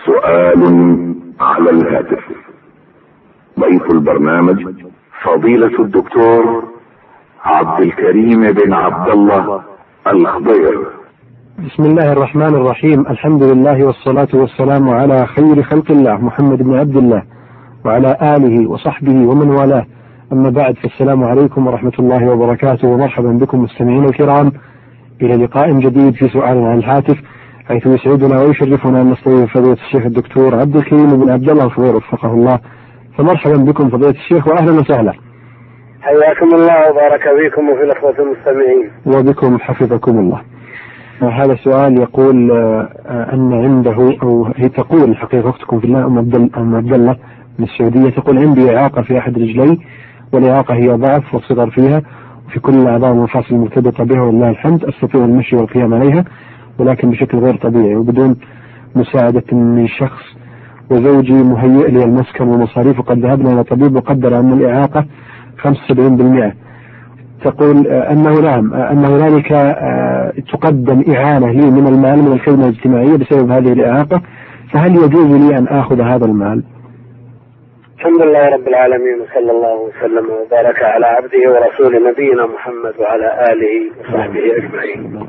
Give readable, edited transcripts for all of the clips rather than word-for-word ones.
سؤال على الهاتف. ضيف البرنامج فضيلة الدكتور عبد الكريم بن عبد الله الخضير. بسم الله الرحمن الرحيم. الحمد لله والصلاة والسلام على خير خلق الله محمد بن عبد الله وعلى آله وصحبه ومن والاه. أما بعد، فالسلام عليكم ورحمة الله وبركاته، ومرحبا بكم مستمعين الكرام إلى لقاء جديد في سؤال عن الهاتف، حيث يسعدنا ويشرفنا أن نستضيف فضيلة الشيخ الدكتور عبد الكريم بن عبد الله الخضير وفقه الله. فمرحبا بكم فضيلة الشيخ وأهلا وسهلا. حياكم الله وبارك فيكم وفي الأخوة المستمعين. وبكم حفظكم الله. هذا السؤال يقول أن عنده، أو هي تقول حقيقة أختكم في الله أم عبد الله من السعودية، تقول عندي إعاقة في أحد رجلي، والإعاقة هي ضعف والصغر فيها، وفي كل الأعضاء والمفاصل المرتبطة بها ولله الحمد أستطيع المشي والقيام عليها، ولكن بشكل غير طبيعي وبدون مساعدة من شخص، وزوجي مهيئ لي المسكن ومصاريف، وقد ذهبنا إلى طبيب وقدر أن الإعاقة 75%. تقول أنه نعم، أن هنالك تقدم إعانة لي من المال من الخدمة الاجتماعية بسبب هذه الإعاقة، فهل يجوز لي أن آخذ هذا المال؟ الحمد لله رب العالمين، وصلى الله وسلم وبارك على عبده ورسول نبينا محمد وعلى آله وصحبه أجمعين.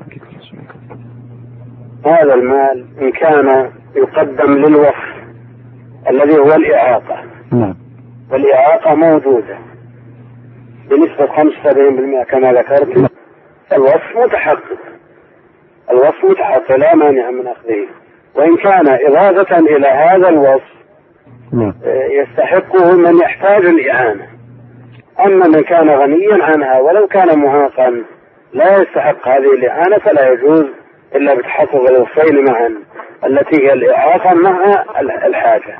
هذا المال إن كان يقدم للوصف الذي هو الإعاقة، والإعاقة موجودة بنسبة 75% كما ذكرت، الوصف متحقق لا مانع من أخذه، وإن كان إضافة إلى هذا الوصف يستحقه من يحتاج الإعانة. أما من كان غنيا عنها ولو كان معاقا لا يستحق هذه الإعانة، فلا يجوز إلا بتحقق الوصفين معا، التي هي الإعاقة مع الحاجة.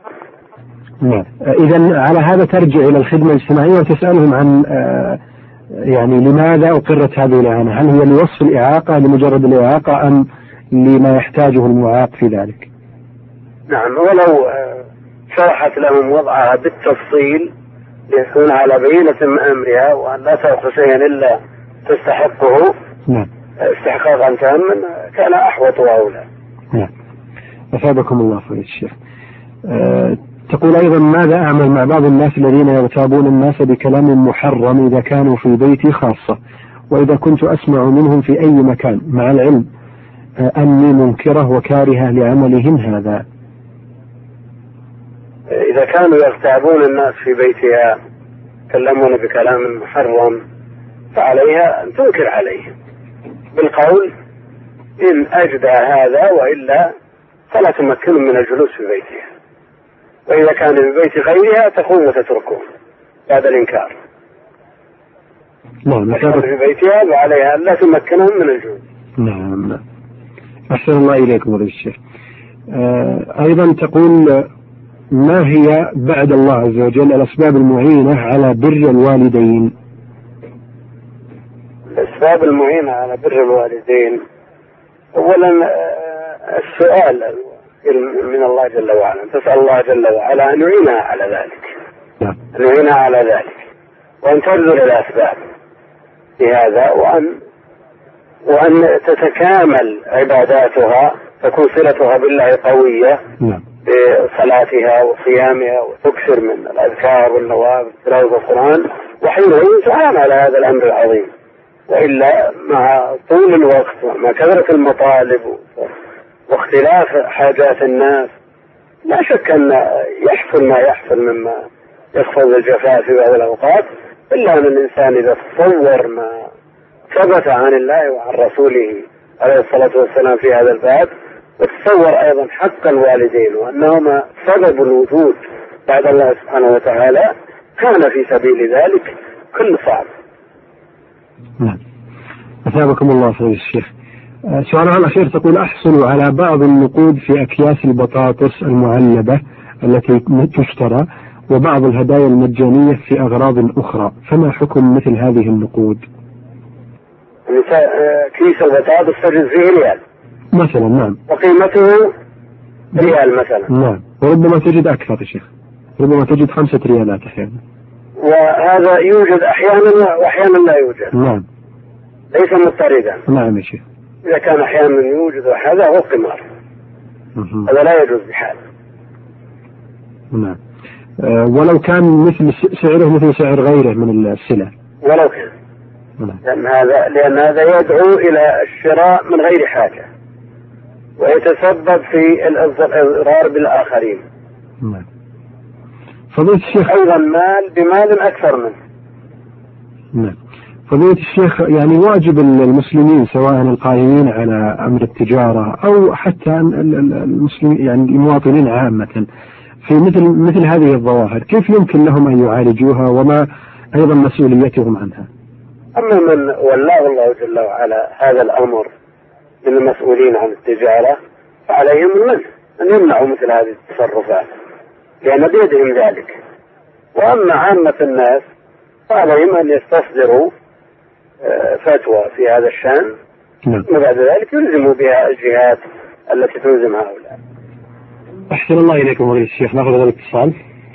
إذن على هذا ترجع إلى الخدمة الاجتماعية وتسألهم عن يعني لماذا أقرت هذه الإعانة؟ هل هي لوصف الإعاقة لمجرد الإعاقة أم لما يحتاجه المعاق في ذلك؟ نعم، ولو شرحت لهم وضعها بالتفصيل ليكون على بينة من أمرها، وأن لا تأخذ شيئا إلا تستحقه استحقاقا تاما، كان أحوط وأولى. أثابكم الله فضيلة الشيخ. تقول أيضا ماذا أعمل مع بعض الناس الذين يغتابون الناس بكلام محرم إذا كانوا في بيتي خاصة، وإذا كنت أسمع منهم في أي مكان، مع العلم أني منكرة وكارهة لعملهم هذا؟ إذا كانوا يغتابون الناس في بيتها يتكلمون بكلام محرم، فعليها أن تنكر عليهم بالقول إن أجدى هذا، وإلا فلا تمكنهم من الجلوس في بيتها. وإذا كان في بيت غيرها تقوم وتتركهم بعد الإنكار. في بيتها وعليها أن لا تمكنهم من الجلوس. نعم. أحسن الله إليكم ورحمة الشيخ. أيضا تقول ما هي بعد الله عز وجل الأسباب المعينة على بر الوالدين؟ الأسباب المعينة على بر الوالدين، أولا السؤال من الله جل وعلا، تسأل الله جل وعلا أن يعينها على ذلك، وأن تبذل الأسباب بهذا، وأن تتكامل عباداتها، تكون صلتها بالله قوية بصلاتها وصيامها، وتكثر من الأذكار والنوافل تلاوة القرآن، وحينئذ تعان على هذا الأمر العظيم. وإلا مع طول الوقت ومع كثرة المطالب واختلاف حاجات الناس، لا شك أن يحصل ما يحصل مما يحصل الجفاء في بعض الأوقات، إلا أن الإنسان إذا تصور ما ثبت عن الله وعن رسوله عليه الصلاة والسلام في هذا الباب، وتصور أيضا حق الوالدين وأنهما سبب الوجود بعد الله سبحانه وتعالى، كان في سبيل ذلك كل صعب. أثابكم الله فضيلة الشيخ. سؤال الأخير، تقول أحصل على بعض النقود في أكياس البطاطس المعلبة التي تشترى، وبعض الهدايا المجانية في أغراض أخرى، فما حكم مثل هذه النقود؟ كيس البطاطس تجد فيه ريال مثلا، نعم، وقيمته ريال مثلا، نعم، وربما تجد أكثر يا شيخ، ربما تجد 5 ريالات أحيانا، وهذا يوجد أحيانا وأحيانا لا يوجد. نعم، ليس مضطردا. نعم يا شيخ. إذا كان أحيانا يوجد، هذا هو قمار. هذا لا يجوز بحال. نعم. ولو كان مثل سعره مثل سعر غيره من السلع. ولو كان. لأن هذا يدعو إلى الشراء من غير حاجة ويتسبب في الإضرار بالآخرين. نعم. فضيلة الشيخ أيضا مال بمال أكثر منه. نعم. فضيلة الشيخ، يعني واجب المسلمين سواء القائمين على أمر التجارة أو حتى المسلمين يعني المواطنين عامة في مثل هذه الظواهر، كيف يمكن لهم أن يعالجوها وما أيضا مسؤوليتهم عنها؟ أما من والله الله جل وعلا هذا الأمر من المسؤولين عن التجارة فعليهم المنع أن يمنعوا مثل هذه التصرفات لأن بيدهم ذلك. وأما عامة الناس فعليهم أن يستصدروا فتوى في هذا الشأن وبعد ذلك يلزموا بها الجهات التي تلزم هؤلاء. أحسن الله إليكم فضيلة الشيخ. نأخذ هذا الاتصال.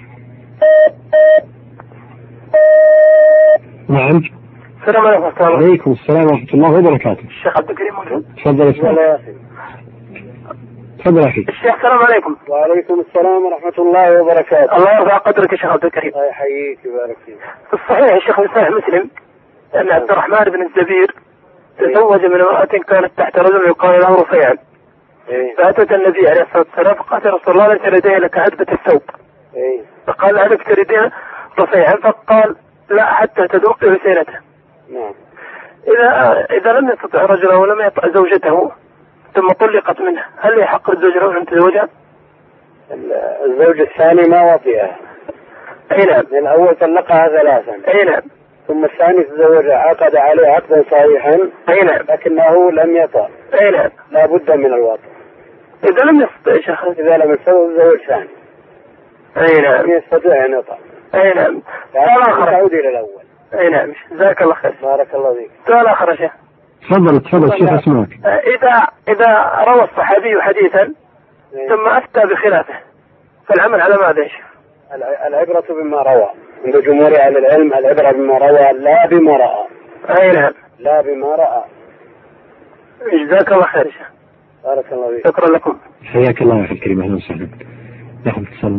نعم. السلام عليكم. وعليكم السلام ورحمة الله وبركاته. الشيخ عبد الكريم موجود؟ تفضل يا أخي. تفضل يا أخي. الشيخ السلام عليكم. وعليكم السلام ورحمة الله وبركاته. الله يرفع قدرك يا شيخ عبد الكريم. الله يحييك ويبارك فيك. في الصحيح يا شيخ صحيح مسلم أن عبد الرحمن بن الزبير تزوج من امرأة كانت تحت رجل يقال له رفيع. فأتت النبي عليه الصلاة والسلام فقالت رسول الله ليس لدي لك عدبة الثوب. فقال هل تريدين رفيعا؟ فقال لا حتى تذوق وسيلته. نعم. إذا لم يستطع رجله ولم يطع زوجته ثم طلقت منه هل يحق الزوج له أن يتزوجها؟ الزوج الثاني ما وطئها. أي نعم. الأول طلقها ثلاثا. أي نعم. ثم الثاني تزوجها عقد عليه عقدا صحيحا. أي نعم. لكنه لم يطع. أي نعم. لا بد من الوطء. إذا لم يستطع شخص إذا لم يستطع زوج ثاني. أي نعم. لم يستطيع أن يطع. أي نعم. سؤال تعود إلى الأول. أي نعم. جزاك الله خير. بارك الله فيك. سؤال آخر يا شيخ. تفضل الشيخ اسمعك. إذا روى الصحابي حديثا ثم أفتى بخلافه فالعمل على ماذا يا شيخ؟ العبرة بما روى. عند جمهور أهل العلم العبرة بما روى لا بما رأى. أي نعم. لا بما رأى. جزاك الله خير يا شيخ. بارك الله فيك. شكرا لكم. حياك الله يا أخي الكريم. أهلا وسهلا. نحن اتصلنا.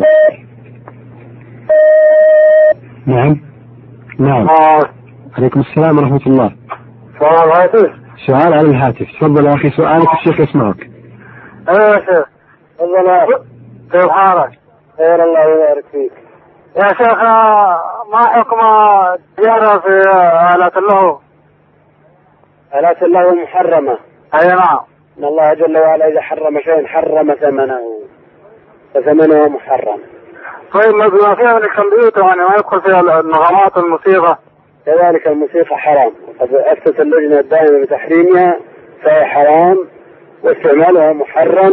نعم. عليكم السلام ورحمة الله. السلام عليكم. سؤال على الهاتف. تفضل يا أخي سؤالك الشيخ يسمعك. يا شيخ. تفضل يا أخي. كيف حالك؟ خير الله يبارك فيك. يا شيخ ما حكم التجارة في آلات اللهو؟ آلات اللهو محرمة. أي نعم. إن الله جل وعلا إذا حرم شيء حرم ثمنه فثمنه محرم. طيب ما فيها من الكمبيوتر يعني ما يدخل فيها النغمات والموسيقى؟ كذلك الموسيقى حرام وقد أفتت اللجنة الدائمة بتحريمها فهي حرام واستعمالها محرم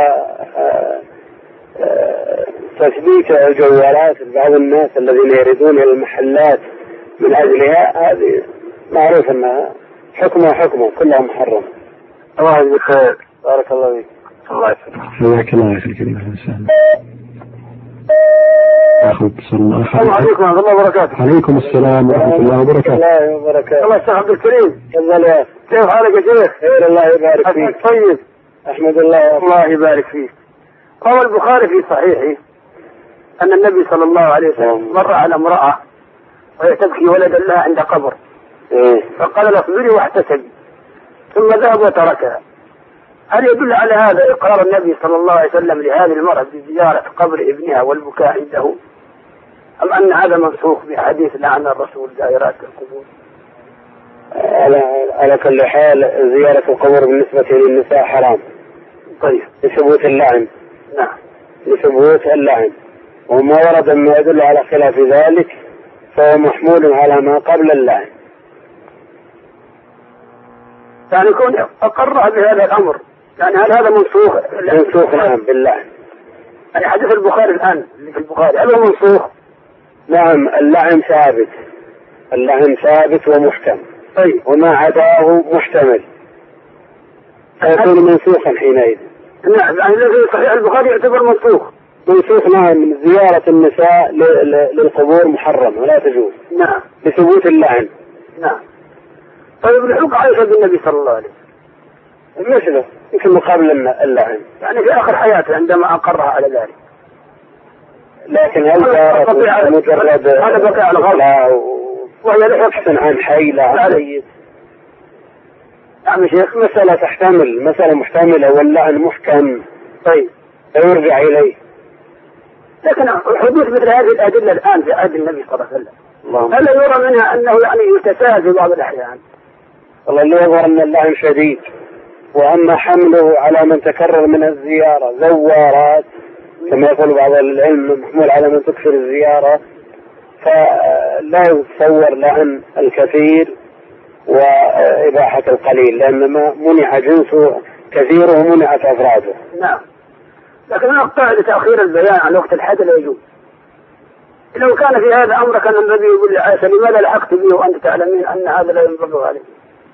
تثبيت الجوالات لبعض الناس الذين يريدون إلى المحلات من أجلها هذه معروف أنها حكمها كلها محرم. الله يجزيك خير. بارك الله فيك. الله يسلمك. حياك الله يا أخي الكريم. أهلا وسهلا. السلام عليكم ورحمة الله وبركاته. عليكم السلام ورحمة الله وبركاته. الله وبركاته. الله الشيخ عبد الكريم. تفضل يا أخي. كيف حالك يا شيخ؟ خير الله يبارك فيك. طيب. أحمد الله. الله يبارك فيك. روى البخاري في صحيحه أن النبي صلى الله عليه وسلم مر على امرأة وهي تبكي ولدا لها عند قبر. فقال له اصبري واحتسبي ثم ذهب وتركها. هل يدل على هذا إقرار النبي صلى الله عليه وسلم لهذه المرأة بزيارة قبر ابنها والبكاء عنده أم أن هذا منسوخ بحديث لعن الرسول زائرات القبور؟ على كل حال زيارة القبور بالنسبة للنساء حرام. طيب. لثبوت اللعن. نعم. لثبوت اللعن وما ورد ما يدل على خلاف ذلك فهو محمول على ما قبل اللعن. يعني يكون أقر بهذا الأمر يعني هل هذا منسوخ؟ منسوخ نعم باللعن. يعني حديث البخاري الآن اللي في البخاري هل هو منسوخ؟ نعم اللعن ثابت. اللعن ثابت ومحكم. طيب. وما عداه محتمل فيكون منسوخا حينئذ. نعم يعني في صحيح البخاري يعتبر منسوخ نعم من زيارة النساء للقبور محرم ولا تجوز. نعم. لثبوت اللعن. نعم. طيب الحق عائشة بالنبي صلى الله عليه وسلم مثله يمكن مقابل اللعن، يعني في آخر حياته عندما أقرها على ذلك. لكن هل مجرد هذا بقي على الغلط وهي لا يحسن عن حي لا عليه؟ نعم شيخ، مسألة محتملة واللعن محكم، طيب فيرجع إليه. لكن حدوث مثل هذه الأدلة الآن في عهد النبي صلى الله عليه وسلم هل يرى منها أنه يعني يتساهل في بعض الأحيان؟ والله اللي يظهر أن اللعن شديد، وأما حمله على من تكرر من الزيارة زوارات كما يقول بعض العلم محمول على من تكثر الزيارة، فلا يتصور لعن الكثير وإباحة القليل، لأنما منع جنسه كثير ومنعت أفراده. نعم، لكن أنا أقطع لتأخير البيان عن وقت الحد لا يجوز. لو كان في هذا أمر كان النبي يقول لعائشة لماذا لحقت به وأنت تعلمين أن هذا لا ينبغي عليه؟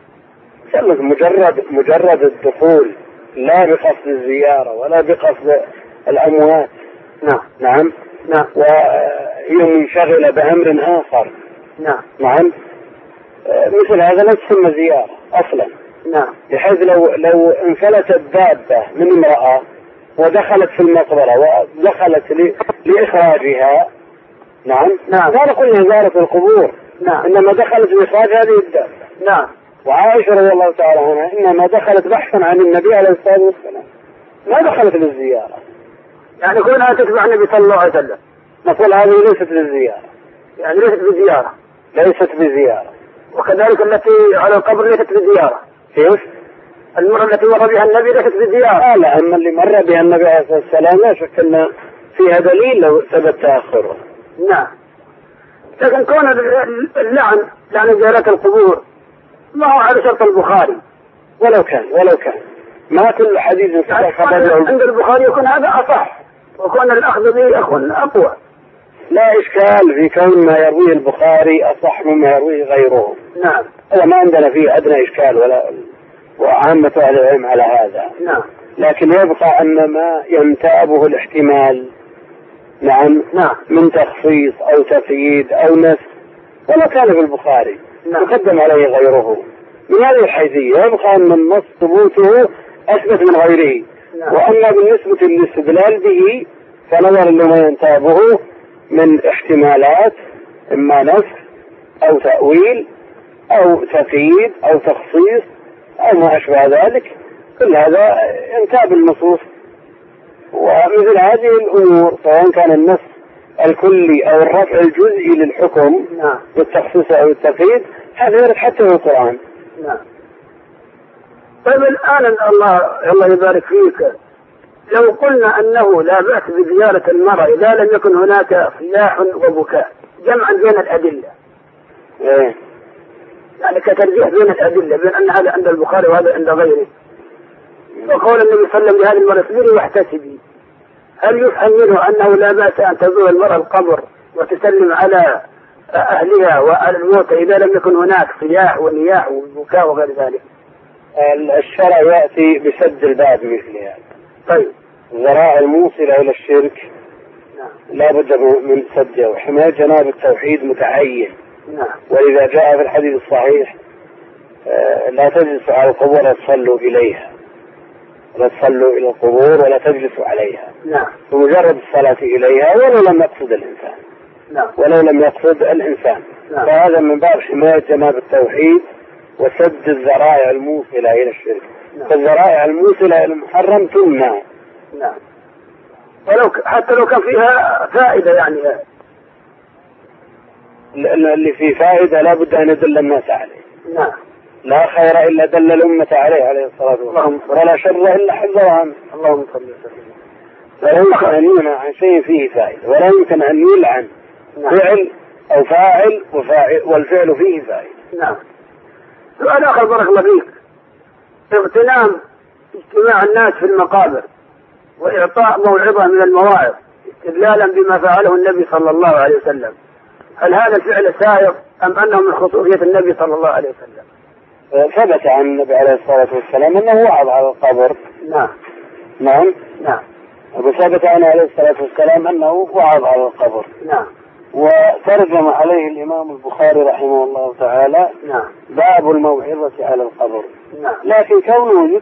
مجرد الدخول لا بقصد الزيارة ولا بقصد الأموات. نعم وهي منشغلة بأمر آخر. نعم مثل هذا لا تسمى زيارة أصلا. بحيث لو انفلتت دابة من امرأة ودخلت في المقبرة ودخلت لإخراجها، لا نقول زيارة القبور، إنما دخلت لإخراج هذه الدابة. وعائشة رضي الله تعالى عنها إنما دخلت بحثا عن النبي عليه الصلاة والسلام، ما دخلت للزيارة. يعني كونها تتبع النبي صلى الله عليه وسلم نقول هذه ليست للزيارة، يعني ليست بزيارة. وكذلك التي على القبر ليست بزيارة. كيف؟ المرة التي مر بها النبي ليست بزيارة. لا، أما اللي مر بها النبي عليه الصلاة والسلام لا شك أن فيها دليل لو ثبت تأخره. نعم، لكن كون اللعن يعني زيارة القبور ما هو على شرط البخاري، ولو كان ما كل حديث عند البخاري يكون هذا أصح، وكون الأخذ به أقوى. لا إشكال في كون ما يرويه البخاري أصح مما يرويه غيره. نعم، هذا ما عندنا فيه أدنى إشكال وعامة أهل العلم على هذا. لكن يبقى أن ما ينتابه الاحتمال من تخصيص أو تقييد أو نسخ ولا كان في البخاري يقدم عليه غيره من هذه الحيثية، يبقى أن النص ثبوته أثبت من غيره. وأما بالنسبة للاستدلال به فنظر لما ينتابه من احتمالات، إما نسخ أو تأويل أو تقييد أو تخصيص أو ما أشبه ذلك، كل هذا ينتاب النصوص. ومثل هذه الأمور سواء كان النص الكلي أو الرفع الجزئي للحكم بالتخصيص أو التقييد هذا يرد حتى في القرآن. طيب الآن الله يبارك فيك، لو قلنا أنه لا بأس بزيارة المرأة إذا لم يكن هناك صياح وبكاء جمعا بين الأدلة، يعني كترجيح بين الأدلة بين أن هذا عند البخاري وهذا عند غيره، وقول النبي صلى الله عليه وسلم لهذه المرأة اصبري واحتسبي، هل يفهم منه أنه لا بأس أن تزور المرأة القبر وتسلم على أهلها وعلى الموتى إذا لم يكن هناك صياح ونياح وبكاء وغير ذلك؟ الشرع يأتي بسد الباب مثل هذا. طيب الذرائع الموصلة إلى الشرك لا بد من سدها، وحماية جناب التوحيد متعين. وإذا جاء في الحديث الصحيح لا تجلسوا على القبور ولا تصلوا إليها، لا تصلوا إلى القبور ولا تجلسوا عليها. بمجرد الصلاة إليها ولو لم يقصد الإنسان. فهذا من باب حماية جناب التوحيد وسد الذرائع الموصلة إلى الشرك. فالذرائع الموصلة إلى المحرم تمنع. حتى لو كان فيها فائدة، يعني اللي فيه فائدة لا بد أن يدل الناس عليه. لا خير إلا دل الأمة عليه الصلاة والسلام، ولا شر إلا حذرها منه. اللهم صل وسلم. لا يمكن أن يمنع عن شيء فيه فائدة، ولا يمكن أن يلعن فعل أو فاعل والفعل فيه فائدة. سؤال آخر بارك الله فيك، اغتنام اجتماع الناس في المقابر وإعطاء موعظة من المواعظ استدلالا بما فعله النبي صلى الله عليه وسلم، هل هذا الفعل سائغ أم أنه من خصوصية النبي صلى الله عليه وسلم؟ ثبت عن النبي عليه الصلاة والسلام أنه وعظ على القبر. نعم. وثبت عنه عليه الصلاة والسلام أنه وعظ على القبر. وترجم عليه الإمام البخاري رحمه الله تعالى نعم باب الموعظة على القبر. نعم لكن كونه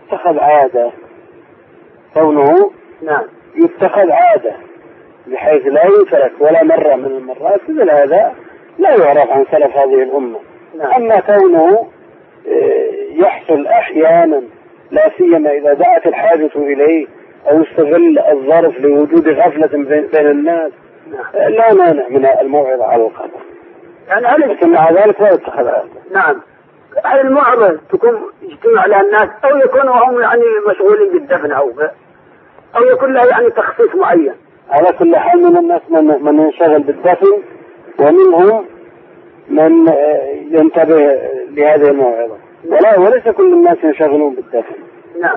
يتخذ عادة بحيث لا يترك ولا مرة من المرات، مثل هذا لا يعرف عن سلف هذه الأمة. نعم. أما كونه يحصل أحيانا لا سيما إذا دعت الحاجة إليه أو استغل الظرف لوجود غفلة بين الناس، لا مانع من الموعظة على القبر. يعني هل مع ذلك لا يتخذ عادة. نعم. هل الموعظة تكون يجتمع على الناس أو يكونوا هم يعني مشغولين بالدفن أو يكون له يعني تخصيص معين؟ على كل حال من الناس من ينشغل بالدفن، ومنهم من ينتبه لهذه الموعظة، وليس كل الناس ينشغلون بالدفن. نعم.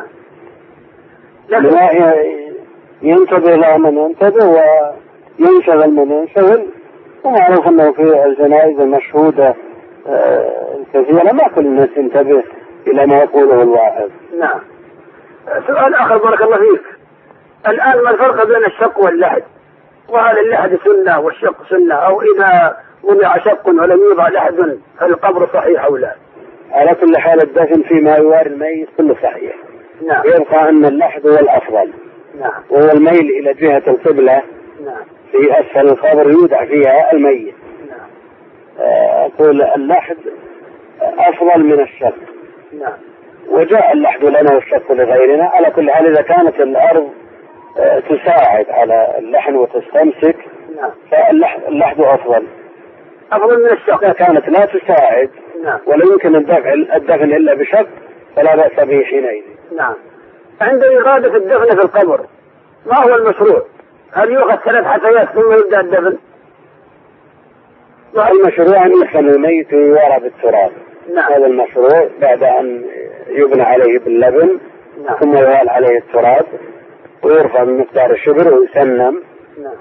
ينتبه لا من ينتبه وينشغل من ينشغل. ومعروف أنه في الجنائز المشهودة الكثيرة ما كل الناس ينتبه إلى ما يقوله الواعظ. نعم. سؤال آخر بارك الله فيك. الآن ما الفرق بين الشق واللحد؟ وهل اللحد سنة والشق سنة، أو إذا وضع شق ولم يوضع لحد فالقبر صحيح أو لا؟ على كل حال الدفن فيما يواري الميت كله صحيح. نعم. يبقى أن اللحد هو الأفضل. نعم. وهو الميل إلى جهة القبلة. نعم. في أسفل القبر يودع فيها الميت. نعم. أقول اللحد أفضل من الشق. نعم. وجاء اللحد لنا والشق لغيرنا. على كل حال إذا كانت الأرض تساعد على اللحن وتستمسك، نعم، فاللحد أفضل من الشق. إذا كانت لا تساعد، نعم، ولا يمكن الدفن إلا بشق فلا بأس به حينئذ. نعم. عند إرادة الدفن في القبر ما هو المشروع؟ هل يؤخذ 3 حثيات ثم يبدأ الدفن؟ المشروع أن يدفن الميت ويوارى بالتراب. نعم. هذا المشروع بعد أن يبنى عليه باللبن. نعم. ثم يوال عليه التراب ويرفع من مقدار الشبر ويسنم. نعم.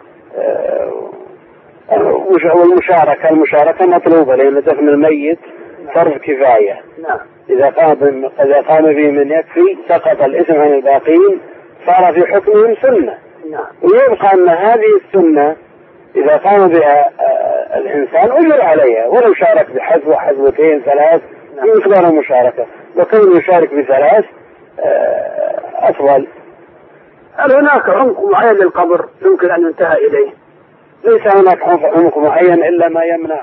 المشاركة مطلوبة، لأن دفن الميت فرض كفاية. نعم. إذا قام به من يكفي سقط الإثم عن الباقين، صار في حكمهم سنة. نعم. ويبقى أن هذه السنة إذا قام بها الإنسان أجر عليها، ولو شارك بحذو حذوتين 3 يمكن المشاركة، وكون يشارك ب3 أفضل. هل هناك عمق معين للقبر يمكن أن ينتهى إليه؟ ليس هناك عمق معين إلا ما يمنع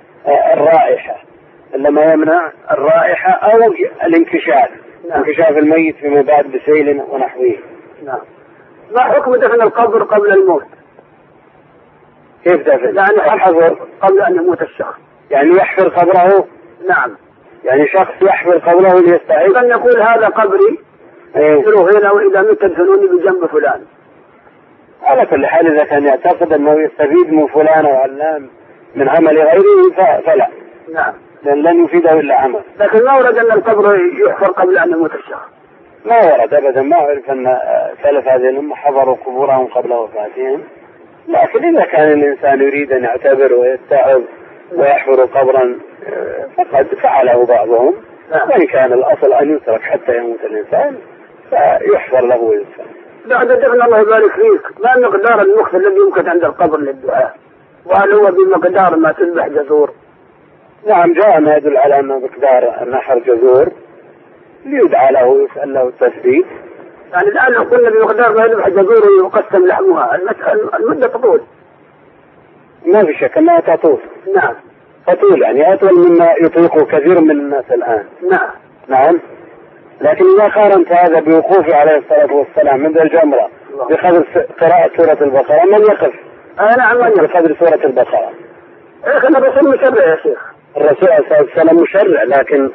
الرائحة أو الانكشاف. نعم. انكشاف الميت فيما بعد بسيل ونحوه. نعم. ما حكم دفن القبر قبل الموت؟ كيف دفن؟ يعني الحذر قبل أن يموت الشخص، يعني يحفر قبره. نعم. يعني شخص يحفر قبره ليستعيد. أن يقول هذا قبري يحفره هنا، وإذا مت تدفنوني بجنب فلان. على كل حال إذا كان يعتقد أنه يستفيد من فلان وعلان من عمل غيره فلا. نعم. لأن لن يفيده إلا عمل. لكن ما ورد أن القبر يحفر قبل أن يموت الشخص. ما ورد أبدا. ما أعرف أن سلف هذه الأمة حضروا قبورهم قبل وفاتهم. لكن إذا كان الإنسان يريد أن يعتبر ويتعظ ويحفر قبرا فقد فعله بعضهم. وإن كان الأصل أن يترك حتى يموت الإنسان فيحفر له ويدفن. بعد دفن الله يبارك فيك، ما مقدار المخ الذي يمكن عند القبر للدعاء؟ وهل هو بمقدار ما تذبح جزور؟ نعم، جاء ما يدل على أن مقدار نحر جزور ليدعى له ويسأل له التثبيت. يعني الآن لو قلنا بمقدار ما يذبح جزور ويقسم لحمها المدة تطول. ما في شك أنها تطول. نعم. تطول يعني أطول مما يطيقه كثير من الناس الآن. نعم. نعم. لكن إذا قارنت هذا بوقوفه عليه الصلاة والسلام منذ الجمرة بقدر قراءة سورة البقرة، من يقف؟ نعم. بقدر سورة البقرة. لكن الرسول مشرع يا شيخ. الرسول صلى الله عليه وسلم مشرع، لكن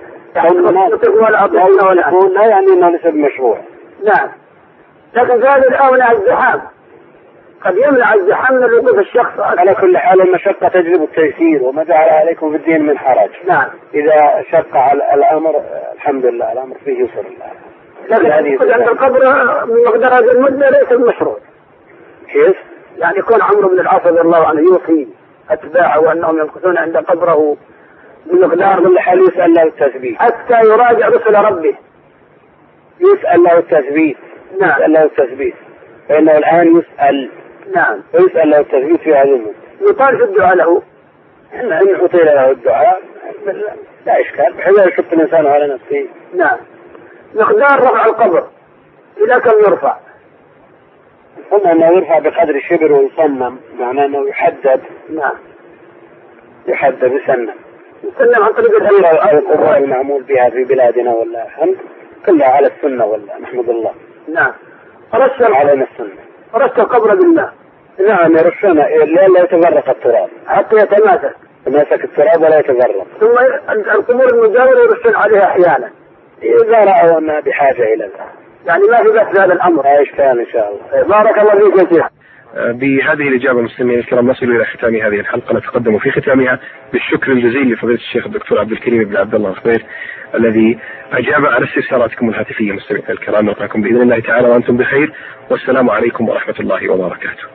لا يعني أنه ليس بمشروع. نعم. لكن في هذه الآونة الزحام قد يمنع الزحام من وقوف الشخص. على كل حال المشقة تجلب التيسير، وما جعل عليكم في الدين من حرج. نعم. إذا شق على الأمر الحمد لله الأمر فيه يسر الله. لكن عند القبر من مقدار هذه المدة ليس بمشروع. كيف؟ يعني يكون عمرو بن العاص رضي الله عنه يوصي أتباعه وأنهم يمكثون عند قبره بمقدار من حال يسأل له التثبيت حتى يراجع رسل ربه. يسأل له التثبيت. نعم. يسأل له التثبيت، فإنه الآن يسأل. نعم. ويسأل له التثبيت في هذه المدة. يطال في الدعاء له. إن أطيل له الدعاء لا إشكال، بحيث يشق الإنسان على نفسه. نعم. مقدار رفع القبر إلى كم يرفع؟ ثم أنه يرفع بقدر الشبر ويصمم، معناه أنه يحدد. نعم. يحدد يسنم عن طريق القبور المعمول بها في بلادنا ولا الحمد كلها على السنة ولا نحمد الله. نعم. رش علينا السنة. رش القبر بالله. نعم يرشون لا يتفرق التراب حتى يتماسك. يتماسك التراب ولا يتفرق. ثم القبور المجاورة يرشون عليها أحيانا إذا رأوا أنها بحاجة إلى ذلك. يعني ما في بس هذا الأمر. لا إشكال إن شاء الله. بارك الله فيك يا شيخ. بهذه الإجابة المستمعين الكرام نصل إلى ختام هذه الحلقة. نتقدم في ختامها بالشكر الجزيل لفضيلة الشيخ الدكتور عبد الكريم بن عبد الله الخضير الذي أجاب على استفساراتكم الهاتفية. مستمعين الكرام نلقاكم بإذن الله تعالى وأنتم بخير، والسلام عليكم ورحمة الله وبركاته.